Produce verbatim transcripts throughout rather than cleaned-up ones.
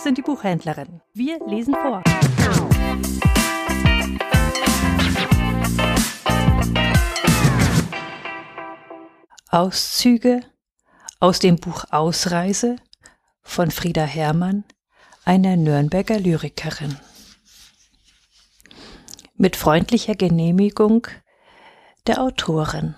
sind die Buchhändlerinnen. Wir lesen vor. Auszüge aus dem Buch Ausreise von Frieda Herrmann, einer Nürnberger Lyrikerin. Mit freundlicher Genehmigung der Autorin.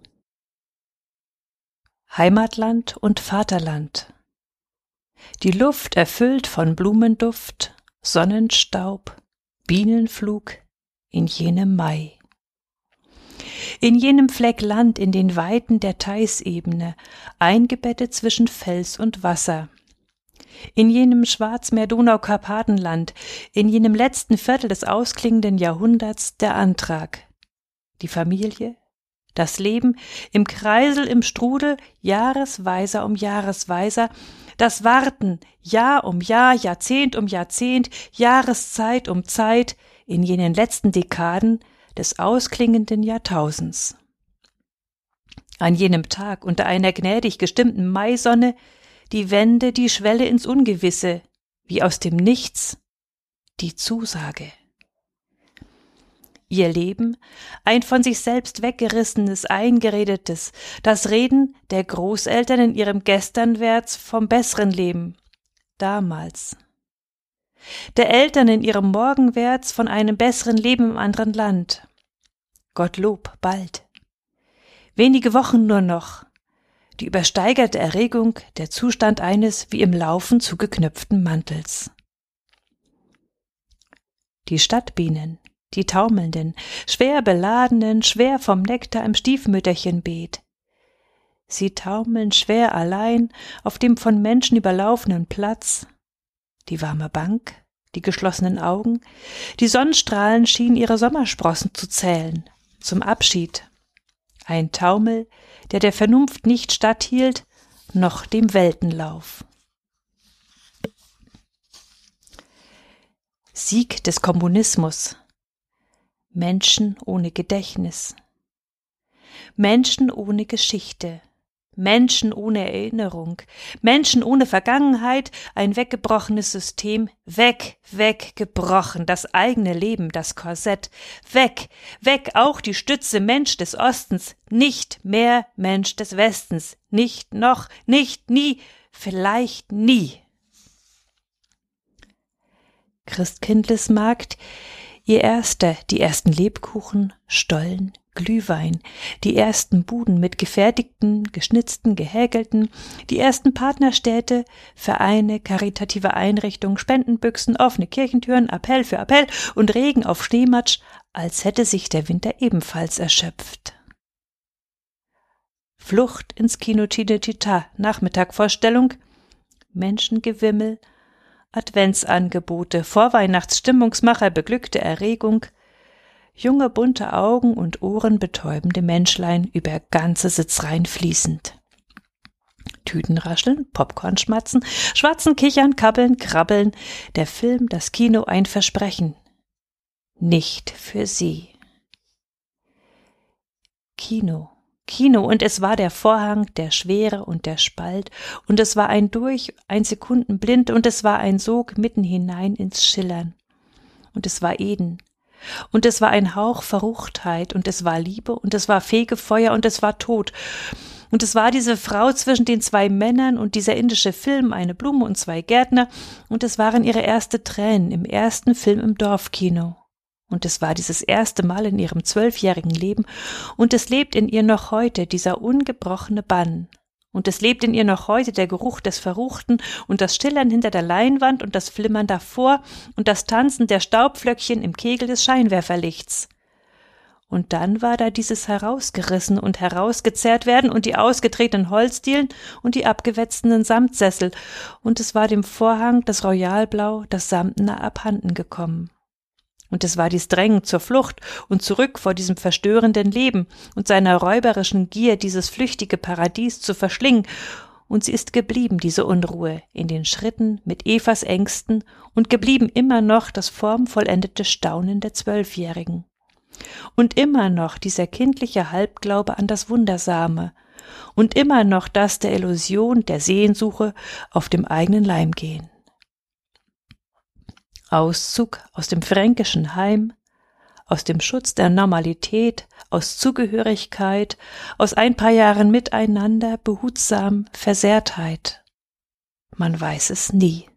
Heimatland und Vaterland. Die Luft erfüllt von Blumenduft, Sonnenstaub, Bienenflug in jenem Mai. In jenem Fleck Land in den Weiten der Theisebene, eingebettet zwischen Fels und Wasser. In jenem Schwarzmeer-Donau-Karpatenland, in jenem letzten Viertel des ausklingenden Jahrhunderts der Antrag. Die Familie, das Leben im Kreisel, im Strudel, jahresweiser um jahresweiser, das Warten, Jahr um Jahr, Jahrzehnt um Jahrzehnt, Jahreszeit um Zeit, in jenen letzten Dekaden des ausklingenden Jahrtausends. An jenem Tag unter einer gnädig gestimmten Maisonne die Wende, die Schwelle ins Ungewisse, wie aus dem Nichts die Zusage. Ihr Leben, ein von sich selbst weggerissenes, eingeredetes, das Reden der Großeltern in ihrem Gesternwärts vom besseren Leben, damals. Der Eltern in ihrem Morgenwärts von einem besseren Leben im anderen Land. Gottlob, bald. Wenige Wochen nur noch. Die übersteigerte Erregung, der Zustand eines wie im Laufen zugeknöpften Mantels. Die Stadtbienen, die taumelnden, schwer beladenen, schwer vom Nektar im Stiefmütterchenbeet. Sie taumeln schwer allein auf dem von Menschen überlaufenen Platz. Die warme Bank, die geschlossenen Augen, die Sonnenstrahlen schienen ihre Sommersprossen zu zählen, zum Abschied. Ein Taumel, der der Vernunft nicht statthielt, noch dem Weltenlauf. Sieg des Kommunismus. Menschen ohne Gedächtnis. Menschen ohne Geschichte. Menschen ohne Erinnerung, Menschen ohne Vergangenheit, ein weggebrochenes System, weg, weggebrochen, das eigene Leben, das Korsett, weg, weg auch die Stütze Mensch des Ostens, nicht mehr Mensch des Westens, nicht noch, nicht nie, vielleicht nie. Christkindlesmarkt, ihr Erster, die ersten Lebkuchen, Stollen, Glühwein, die ersten Buden mit gefertigten, geschnitzten, gehäkelten, die ersten Partnerstädte, Vereine, karitative Einrichtungen, Spendenbüchsen, offene Kirchentüren, Appell für Appell und Regen auf Schneematsch, als hätte sich der Winter ebenfalls erschöpft. Flucht ins Kino Cinecittà, Nachmittagvorstellung, Menschengewimmel, Adventsangebote, Vorweihnachtsstimmungsmacher, beglückte Erregung, junge bunte Augen und Ohren betäubende Menschlein über ganze Sitzreihen fließend. Tüten rascheln, Popcorn schmatzen, schwatzen, kichern, kabbeln, krabbeln, der Film, das Kino, ein Versprechen. Nicht für sie. Kino, Kino, und es war der Vorhang, der Schwere und der Spalt, und es war ein Durch, ein Sekundenblind, und es war ein Sog mitten hinein ins Schillern. Und es war Eden. Und es war ein Hauch Verruchtheit, und es war Liebe, und es war Fegefeuer, und es war Tod. Und es war diese Frau zwischen den zwei Männern und dieser indische Film, eine Blume und zwei Gärtner, und es waren ihre erste Tränen im ersten Film im Dorfkino. Und es war dieses erste Mal in ihrem zwölfjährigen Leben, und es lebt in ihr noch heute dieser ungebrochene Bann. Und es lebt in ihr noch heute der Geruch des Verruchten und das Stillern hinter der Leinwand und das Flimmern davor und das Tanzen der Staubflöckchen im Kegel des Scheinwerferlichts. Und dann war da dieses herausgerissen und herausgezerrt werden und die ausgetretenen Holzdielen und die abgewetzten Samtsessel, und es war dem Vorhang das Royalblau, das Samtene abhanden gekommen. Und es war dies Drängen zur Flucht und zurück vor diesem verstörenden Leben und seiner räuberischen Gier, dieses flüchtige Paradies zu verschlingen. Und sie ist geblieben, diese Unruhe, in den Schritten mit Evas Ängsten und geblieben immer noch das formvollendete Staunen der Zwölfjährigen. Und immer noch dieser kindliche Halbglaube an das Wundersame. Und immer noch das der Illusion, der Sehnsuche auf dem eigenen Leim gehen. Auszug aus dem fränkischen Heim, aus dem Schutz der Normalität, aus Zugehörigkeit, aus ein paar Jahren Miteinander, behutsam Versehrtheit. Man weiß es nie.